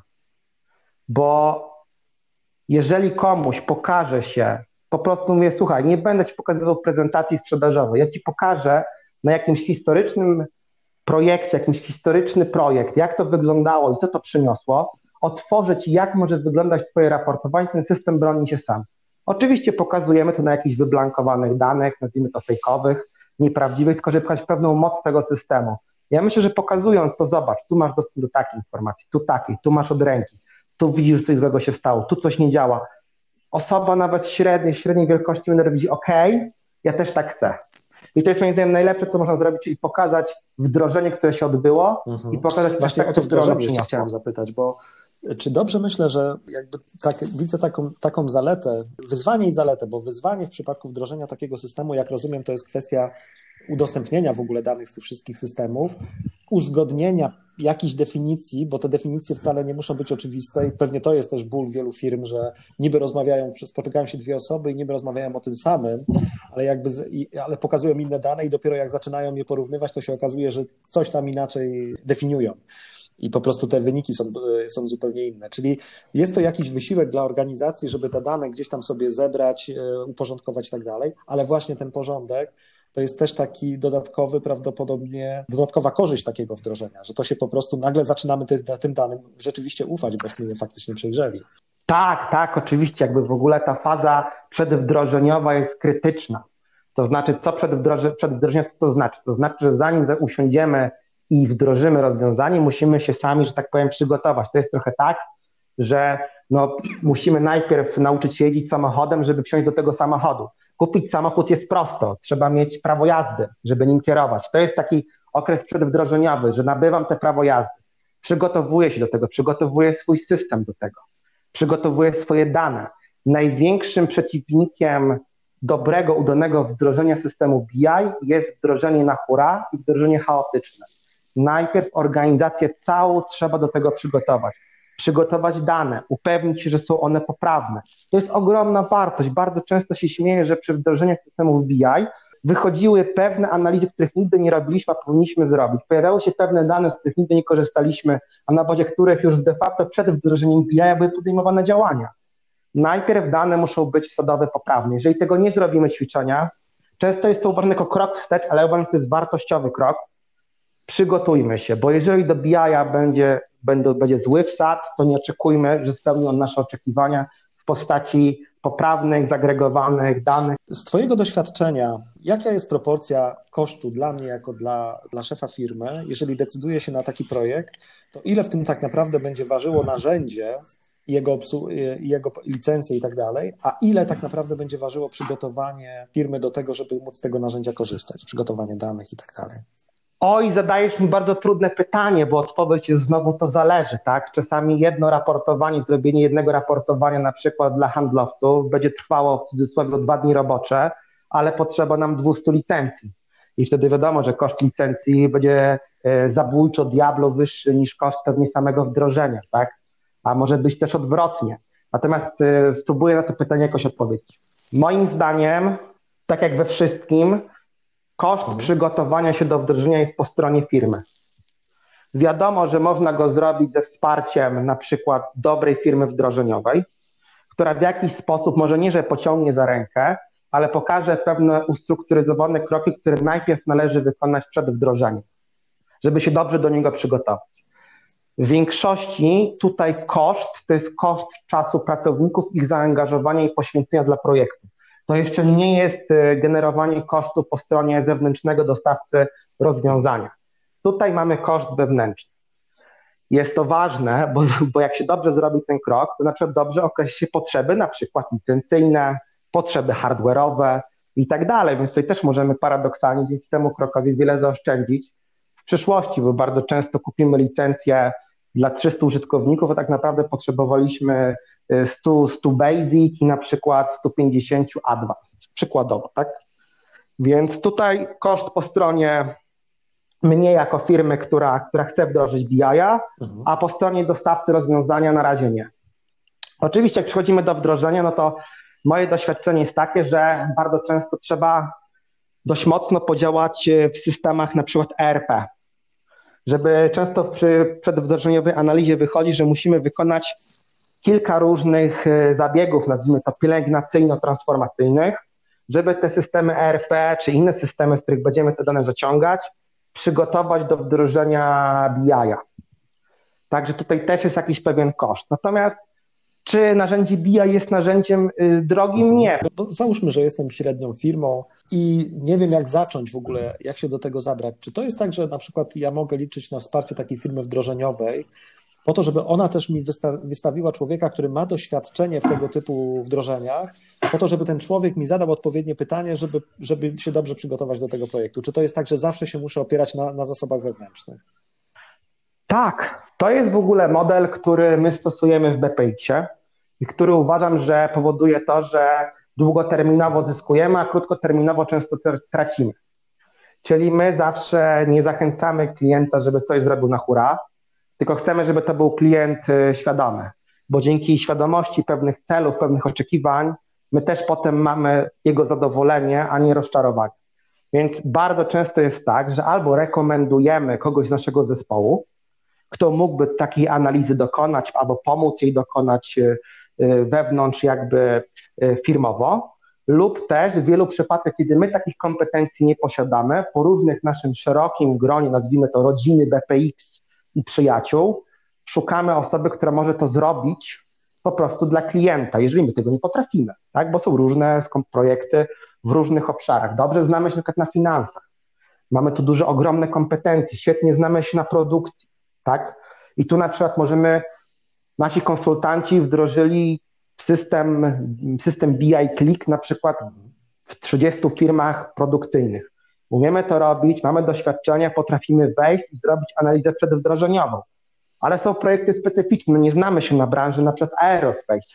bo jeżeli komuś pokaże się, po prostu mówię, słuchaj, nie będę ci pokazywał prezentacji sprzedażowej, ja ci pokażę na jakimś historycznym projekcie, jakimś historyczny projekt, jak to wyglądało i co to przyniosło, otworzę ci, jak może wyglądać twoje raportowanie, ten system broni się sam. Oczywiście pokazujemy to na jakichś wyblankowanych danych, nazwijmy to fejkowych, nieprawdziwych, tylko żeby pokazać pewną moc tego systemu. Ja myślę, że pokazując to, zobacz, tu masz dostęp do takiej informacji, tu takiej, tu masz od ręki, tu widzisz, że coś złego się stało, tu coś nie działa. Osoba nawet średniej, średniej wielkości menedżer widzi, ok, ja też tak chcę. I to jest moim zdaniem najlepsze, co można zrobić, czyli pokazać wdrożenie, które się odbyło mhm. i pokazać właśnie o to wdrożenie przyniosło. chciałem zapytać, bo czy dobrze myślę, że jakby tak, widzę taką, taką zaletę, wyzwanie i zaletę, bo wyzwanie w przypadku wdrożenia takiego systemu, jak rozumiem, to jest kwestia udostępnienia w ogóle danych z tych wszystkich systemów, uzgodnienia jakichś definicji, bo te definicje wcale nie muszą być oczywiste i pewnie to jest też ból wielu firm, że niby rozmawiają, spotykają się dwie osoby i niby rozmawiają o tym samym, ale jakby ale pokazują inne dane i dopiero jak zaczynają je porównywać, to się okazuje, że coś tam inaczej definiują. I po prostu te wyniki są, są zupełnie inne. Czyli jest to jakiś wysiłek dla organizacji, żeby te dane gdzieś tam sobie zebrać, uporządkować i tak dalej, ale właśnie ten porządek to jest też taki dodatkowy, prawdopodobnie dodatkowa korzyść takiego wdrożenia, że to się po prostu nagle zaczynamy ty, tym danym rzeczywiście ufać, bośmy je faktycznie przejrzeli. Tak, tak, oczywiście, jakby w ogóle ta faza przedwdrożeniowa jest krytyczna. To znaczy, co przed, wdroże, przed wdrożeniem to znaczy? To znaczy, że zanim usiądziemy i wdrożymy rozwiązanie, musimy się sami, że tak powiem, przygotować. To jest trochę tak, że no, musimy najpierw nauczyć się jeździć samochodem, żeby wsiąść do tego samochodu. Kupić samochód jest prosto, trzeba mieć prawo jazdy, żeby nim kierować. To jest taki okres przedwdrożeniowy, że nabywam te prawo jazdy, przygotowuję się do tego, przygotowuję swój system do tego, przygotowuję swoje dane. Największym przeciwnikiem dobrego, udanego wdrożenia systemu B I jest wdrożenie na hura i wdrożenie chaotyczne. Najpierw organizację całą trzeba do tego przygotować. Przygotować dane, upewnić się, że są one poprawne. To jest ogromna wartość. Bardzo często się śmieję, że przy wdrożeniu systemów B I wychodziły pewne analizy, których nigdy nie robiliśmy, a powinniśmy zrobić. Pojawiały się pewne dane, z których nigdy nie korzystaliśmy, a na bazie których już de facto przed wdrożeniem B I były podejmowane działania. Najpierw dane muszą być wsadowe, poprawne. Jeżeli tego nie zrobimy ćwiczenia, często jest to uważane jako krok wstecz, ale uważam, że to jest wartościowy krok. Przygotujmy się, bo jeżeli do B I będzie, będzie, będzie zły wsad, to nie oczekujmy, że spełni on nasze oczekiwania w postaci poprawnych, zagregowanych danych. Z Twojego doświadczenia, jaka jest proporcja kosztu dla mnie jako dla, dla szefa firmy, jeżeli decyduje się na taki projekt, to ile w tym tak naprawdę będzie ważyło narzędzie, jego, obsłu- jego licencje i tak dalej, a ile tak naprawdę będzie ważyło przygotowanie firmy do tego, żeby móc z tego narzędzia korzystać, przygotowanie danych i tak dalej? Oj, zadajesz mi bardzo trudne pytanie, bo odpowiedź jest znowu to zależy, tak? Czasami jedno raportowanie, zrobienie jednego raportowania na przykład dla handlowców będzie trwało w cudzysłowie dwa dni robocze, ale potrzeba nam dwieście licencji. I wtedy wiadomo, że koszt licencji będzie zabójczo diablo wyższy niż koszt pewnie samego wdrożenia, tak? A może być też odwrotnie. Natomiast spróbuję na to pytanie jakoś odpowiedzieć. Moim zdaniem, tak jak we wszystkim, koszt mhm. przygotowania się do wdrożenia jest po stronie firmy. Wiadomo, że można go zrobić ze wsparciem na przykład dobrej firmy wdrożeniowej, która w jakiś sposób, może nie, że pociągnie za rękę, ale pokaże pewne ustrukturyzowane kroki, które najpierw należy wykonać przed wdrożeniem, żeby się dobrze do niego przygotować. W większości tutaj koszt to jest koszt czasu pracowników, ich zaangażowania i poświęcenia dla projektu. To jeszcze nie jest generowanie kosztu po stronie zewnętrznego dostawcy rozwiązania. Tutaj mamy koszt wewnętrzny. Jest to ważne, bo, bo jak się dobrze zrobi ten krok, to na przykład dobrze określi się potrzeby, na przykład licencyjne, potrzeby hardware'owe i tak dalej, więc tutaj też możemy paradoksalnie dzięki temu krokowi wiele zaoszczędzić w przyszłości, bo bardzo często kupimy licencję dla trzystu użytkowników, a tak naprawdę potrzebowaliśmy stu, stu basic i na przykład stu pięćdziesięciu advanced, przykładowo, tak? Więc tutaj koszt po stronie mnie jako firmy, która, która chce wdrożyć B I-a, mhm. a po stronie dostawcy rozwiązania na razie nie. Oczywiście jak przychodzimy do wdrożenia, no to moje doświadczenie jest takie, że bardzo często trzeba dość mocno podziałać w systemach na przykład E R P, żeby często przy przedwdrożeniowej analizie wychodzi, że musimy wykonać kilka różnych zabiegów, nazwijmy to pielęgnacyjno-transformacyjnych, żeby te systemy E R P czy inne systemy, z których będziemy te dane zaciągać, przygotować do wdrożenia B I-a. Także tutaj też jest jakiś pewien koszt. Natomiast czy narzędzie B I jest narzędziem drogim? Nie. Bo załóżmy, że jestem średnią firmą i nie wiem, jak zacząć w ogóle, jak się do tego zabrać. Czy to jest tak, że na przykład ja mogę liczyć na wsparcie takiej firmy wdrożeniowej, po to, żeby ona też mi wysta- wystawiła człowieka, który ma doświadczenie w tego typu wdrożeniach po to, żeby ten człowiek mi zadał odpowiednie pytanie, żeby, żeby się dobrze przygotować do tego projektu? Czy to jest tak, że zawsze się muszę opierać na, na zasobach wewnętrznych? Tak, to jest w ogóle model, który my stosujemy w B P X-ie i który uważam, że powoduje to, że długoterminowo zyskujemy, a krótkoterminowo często tracimy. Czyli my zawsze nie zachęcamy klienta, żeby coś zrobił na hura, tylko chcemy, żeby to był klient świadomy, bo dzięki świadomości pewnych celów, pewnych oczekiwań, my też potem mamy jego zadowolenie, a nie rozczarowanie. Więc bardzo często jest tak, że albo rekomendujemy kogoś z naszego zespołu, kto mógłby takiej analizy dokonać, albo pomóc jej dokonać wewnątrz jakby firmowo, lub też w wielu przypadkach, kiedy my takich kompetencji nie posiadamy, po różnych naszym szerokim gronie, nazwijmy to rodziny B P X i przyjaciół, szukamy osoby, która może to zrobić po prostu dla klienta, jeżeli my tego nie potrafimy, tak? Bo są różne projekty w różnych obszarach. Dobrze znamy się na przykład na finansach, mamy tu duże, ogromne kompetencje, świetnie znamy się na produkcji, tak? I tu na przykład możemy, nasi konsultanci wdrożyli system, system B I Click na przykład w trzydziestu firmach produkcyjnych. Umiemy to robić, mamy doświadczenia, potrafimy wejść i zrobić analizę przedwdrożeniową. Ale są projekty specyficzne, nie znamy się na branży, na przykład aerospace.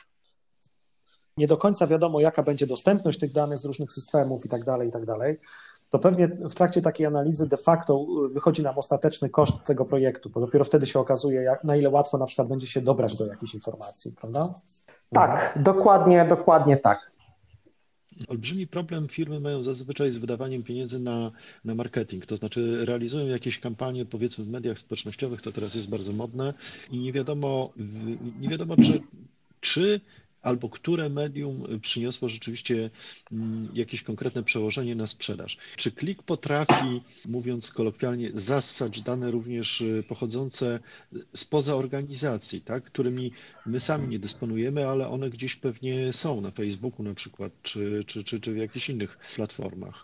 Nie do końca wiadomo, jaka będzie dostępność tych danych z różnych systemów i tak dalej, i tak dalej. To pewnie w trakcie takiej analizy de facto wychodzi nam ostateczny koszt tego projektu, bo dopiero wtedy się okazuje, jak, na ile łatwo na przykład będzie się dobrać do jakiejś informacji, prawda? Tak, mhm. dokładnie, dokładnie tak. Olbrzymi problem firmy mają zazwyczaj z wydawaniem pieniędzy na, na marketing, to znaczy realizują jakieś kampanie, powiedzmy w mediach społecznościowych, to teraz jest bardzo modne i nie wiadomo, nie wiadomo czy, czy albo które medium przyniosło rzeczywiście jakieś konkretne przełożenie na sprzedaż. Czy Klik potrafi, mówiąc kolokwialnie, zassać dane również pochodzące spoza organizacji, tak, którymi my sami nie dysponujemy, ale one gdzieś pewnie są na Facebooku na przykład, czy, czy, czy, czy w jakichś innych platformach?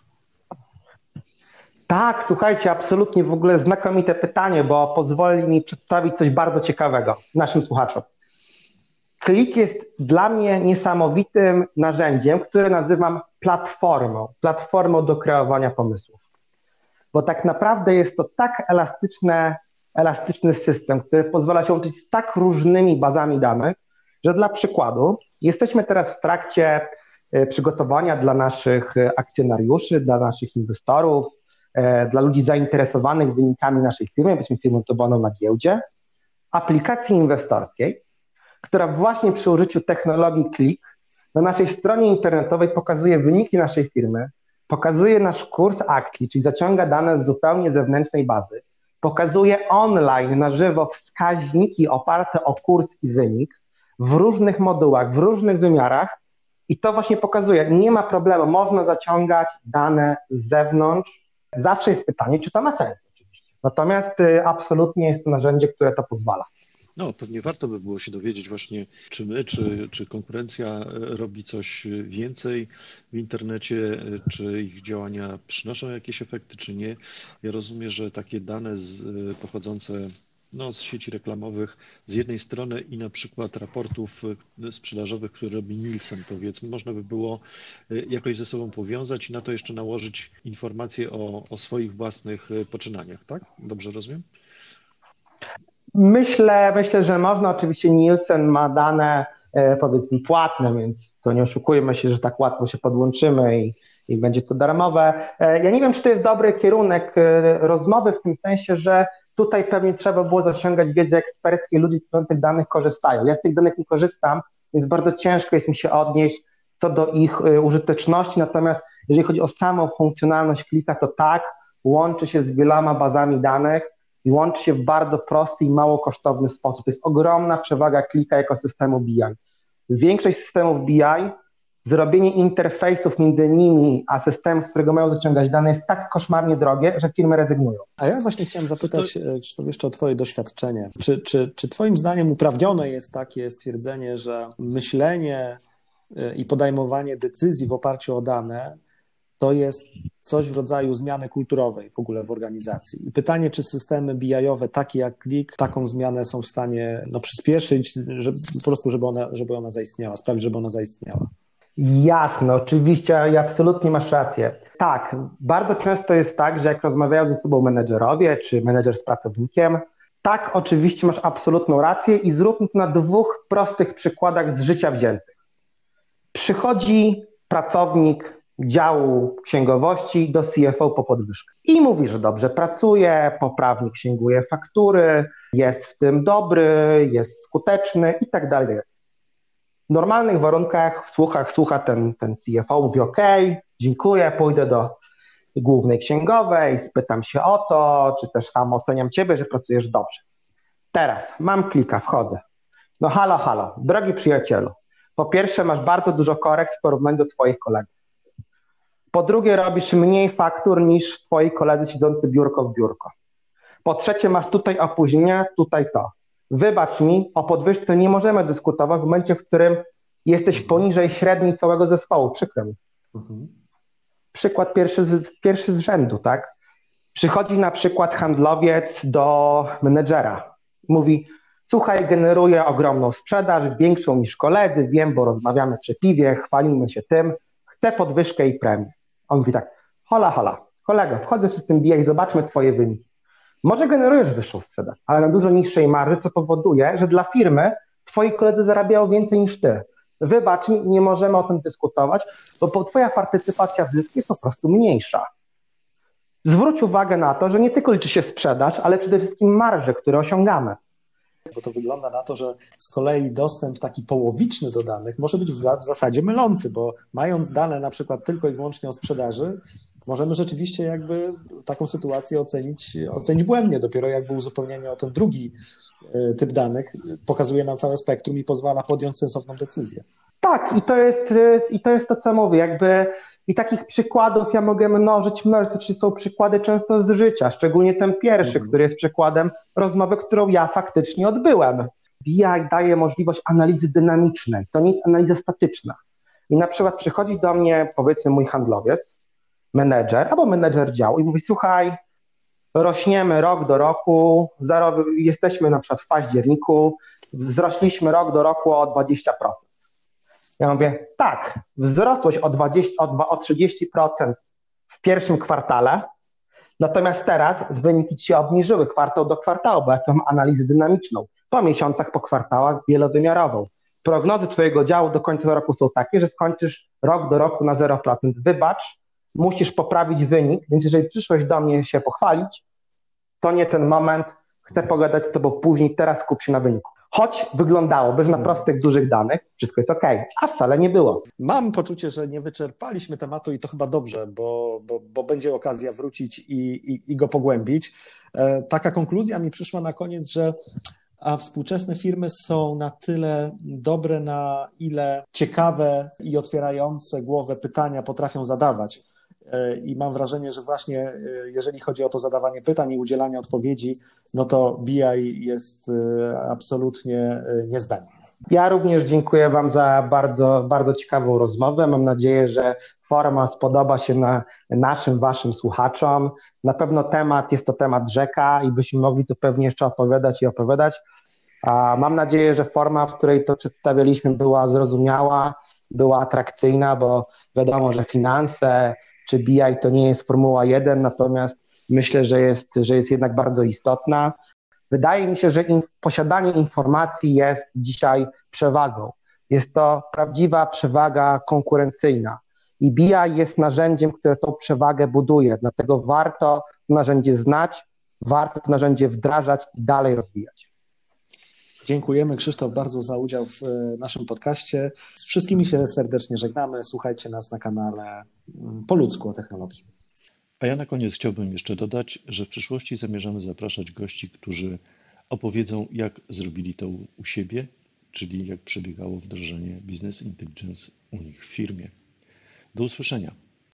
Tak, słuchajcie, absolutnie w ogóle znakomite pytanie, bo pozwoli mi przedstawić coś bardzo ciekawego naszym słuchaczom. Klik jest dla mnie niesamowitym narzędziem, które nazywam platformą, platformą do kreowania pomysłów. Bo tak naprawdę jest to tak elastyczne, elastyczny system, który pozwala się łączyć z tak różnymi bazami danych, że dla przykładu jesteśmy teraz w trakcie przygotowania dla naszych akcjonariuszy, dla naszych inwestorów, dla ludzi zainteresowanych wynikami naszej firmy, jesteśmy firmą notowaną na giełdzie, aplikacji inwestorskiej, która właśnie przy użyciu technologii Klik na naszej stronie internetowej pokazuje wyniki naszej firmy, pokazuje nasz kurs akcji, czyli zaciąga dane z zupełnie zewnętrznej bazy, pokazuje online na żywo wskaźniki oparte o kurs i wynik w różnych modułach, w różnych wymiarach i to właśnie pokazuje, nie ma problemu, można zaciągać dane z zewnątrz. Zawsze jest pytanie, czy to ma sens oczywiście. Natomiast y, absolutnie jest to narzędzie, które to pozwala. No, pewnie warto by było się dowiedzieć właśnie, czy my, czy, czy konkurencja robi coś więcej w internecie, czy ich działania przynoszą jakieś efekty, czy nie. Ja rozumiem, że takie dane z, pochodzące no, z sieci reklamowych z jednej strony i na przykład raportów sprzedażowych, które robi Nielsen, powiedzmy, można by było jakoś ze sobą powiązać i na to jeszcze nałożyć informacje o, o swoich własnych poczynaniach, tak? Dobrze rozumiem? Myślę, myślę, że można. Oczywiście Nielsen ma dane powiedzmy płatne, więc to nie oszukujmy się, że tak łatwo się podłączymy i, i będzie to darmowe. Ja nie wiem, czy to jest dobry kierunek rozmowy w tym sensie, że tutaj pewnie trzeba było zasięgać wiedzy eksperckiej ludzi, którzy z tych danych korzystają. Ja z tych danych nie korzystam, więc bardzo ciężko jest mi się odnieść co do ich użyteczności, natomiast jeżeli chodzi o samą funkcjonalność Klika, to tak, łączy się z wieloma bazami danych i łączy się w bardzo prosty i mało kosztowny sposób. To jest ogromna przewaga Klika jako systemu B I. Większość systemów B I, zrobienie interfejsów między nimi a systemem, z którego mają zaciągać dane, jest tak koszmarnie drogie, że firmy rezygnują. A ja właśnie chciałem zapytać, Krzysztof, jeszcze o twoje doświadczenie. Czy, czy, czy twoim zdaniem uprawnione jest takie stwierdzenie, że myślenie i podejmowanie decyzji w oparciu o dane to jest coś w rodzaju zmiany kulturowej w ogóle w organizacji. I pytanie, czy systemy B I-owe takie jak Klik taką zmianę są w stanie no, przyspieszyć, żeby, po prostu żeby ona, żeby ona zaistniała, sprawić, żeby ona zaistniała. Jasne, oczywiście i absolutnie masz rację. Tak, bardzo często jest tak, że jak rozmawiają ze sobą menedżerowie czy menedżer z pracownikiem, tak, oczywiście masz absolutną rację i zróbmy to na dwóch prostych przykładach z życia wziętych. Przychodzi pracownik działu księgowości do C F O po podwyżkę i mówi, że dobrze pracuje, poprawnie księguje faktury, jest w tym dobry, jest skuteczny i tak dalej. W normalnych warunkach słucha, słucha ten, ten C F O, mówi OK, dziękuję, pójdę do głównej księgowej, spytam się o to, czy też sam oceniam ciebie, że pracujesz dobrze. Teraz mam klika, wchodzę. No halo, halo, drogi przyjacielu, po pierwsze masz bardzo dużo korekt w porównaniu do twoich kolegów. Po drugie robisz mniej faktur niż twoi koledzy siedzący biurko w biurko. Po trzecie masz tutaj opóźnienia, tutaj to. Wybacz mi, o podwyżce nie możemy dyskutować w momencie, w którym jesteś poniżej średniej całego zespołu, przykro mi. Mhm. Przykład pierwszy z, pierwszy z rzędu, tak? Przychodzi na przykład handlowiec do menedżera. Mówi, słuchaj, generuję ogromną sprzedaż, większą niż koledzy, wiem, bo rozmawiamy przy piwie, chwalimy się tym, chcę podwyżkę i premię. On mówi tak, hola, hola, kolego, wchodzę w system B I, zobaczmy twoje wyniki. Może generujesz wyższą sprzedaż, ale na dużo niższej marży, co powoduje, że dla firmy twoi koledzy zarabiają więcej niż ty. Wybacz mi, nie możemy o tym dyskutować, bo twoja partycypacja w zysku jest po prostu mniejsza. Zwróć uwagę na to, że nie tylko liczy się sprzedaż, ale przede wszystkim marże, które osiągamy. Bo to wygląda na to, że z kolei dostęp taki połowiczny do danych może być w zasadzie mylący, bo mając dane na przykład tylko i wyłącznie o sprzedaży, możemy rzeczywiście jakby taką sytuację ocenić, ocenić błędnie. Dopiero jakby uzupełnienie o ten drugi typ danych pokazuje nam całe spektrum i pozwala podjąć sensowną decyzję. Tak, i to jest, i to jest to, co mówię, jakby i takich przykładów ja mogę mnożyć, mnożyć, to czyli są przykłady często z życia, szczególnie ten pierwszy, mhm. który jest przykładem rozmowy, którą ja faktycznie odbyłem. B I daje możliwość analizy dynamicznej, to nie jest analiza statyczna. I na przykład przychodzi do mnie, powiedzmy, mój handlowiec, menedżer albo menedżer działu i mówi, słuchaj, rośniemy rok do roku, jesteśmy na przykład w październiku, wzrośliśmy rok do roku o dwadzieścia procent. Ja mówię, tak, wzrosłeś o, dwadzieścia, o trzydzieści procent w pierwszym kwartale, natomiast teraz wyniki ci się obniżyły kwartał do kwartału, bo jak mam analizę dynamiczną, po miesiącach, po kwartałach wielowymiarową. Prognozy twojego działu do końca roku są takie, że skończysz rok do roku na zero procent. Wybacz, musisz poprawić wynik, więc jeżeli przyszłeś do mnie się pochwalić, to nie ten moment, chcę pogadać z tobą później, teraz skup się na wyniku. Choć wyglądałoby, że na prostych, dużych danych wszystko jest okej, okay, a wcale nie było. Mam poczucie, że nie wyczerpaliśmy tematu i to chyba dobrze, bo, bo, bo będzie okazja wrócić i, i, i go pogłębić. E, taka konkluzja mi przyszła na koniec, że a współczesne firmy są na tyle dobre, na ile ciekawe i otwierające głowę pytania potrafią zadawać. I mam wrażenie, że właśnie jeżeli chodzi o to zadawanie pytań i udzielanie odpowiedzi, no to B I jest absolutnie niezbędny. Ja również dziękuję Wam za bardzo, bardzo ciekawą rozmowę. Mam nadzieję, że forma spodoba się na naszym, Waszym słuchaczom. Na pewno temat jest to temat rzeka i byśmy mogli tu pewnie jeszcze opowiadać i opowiadać. Mam nadzieję, że forma, w której to przedstawialiśmy, była zrozumiała, była atrakcyjna, bo wiadomo, że finanse czy B I to nie jest Formuła jeden, natomiast myślę, że jest, że jest jednak bardzo istotna. Wydaje mi się, że in, posiadanie informacji jest dzisiaj przewagą. Jest to prawdziwa przewaga konkurencyjna i B I jest narzędziem, które tą przewagę buduje, dlatego warto to narzędzie znać, warto to narzędzie wdrażać i dalej rozwijać. Dziękujemy, Krzysztof, bardzo za udział w naszym podcaście. Z wszystkimi się serdecznie żegnamy. Słuchajcie nas na kanale Po ludzku o technologii. A ja na koniec chciałbym jeszcze dodać, że w przyszłości zamierzamy zapraszać gości, którzy opowiedzą, jak zrobili to u siebie, czyli jak przebiegało wdrożenie Business Intelligence u nich w firmie. Do usłyszenia.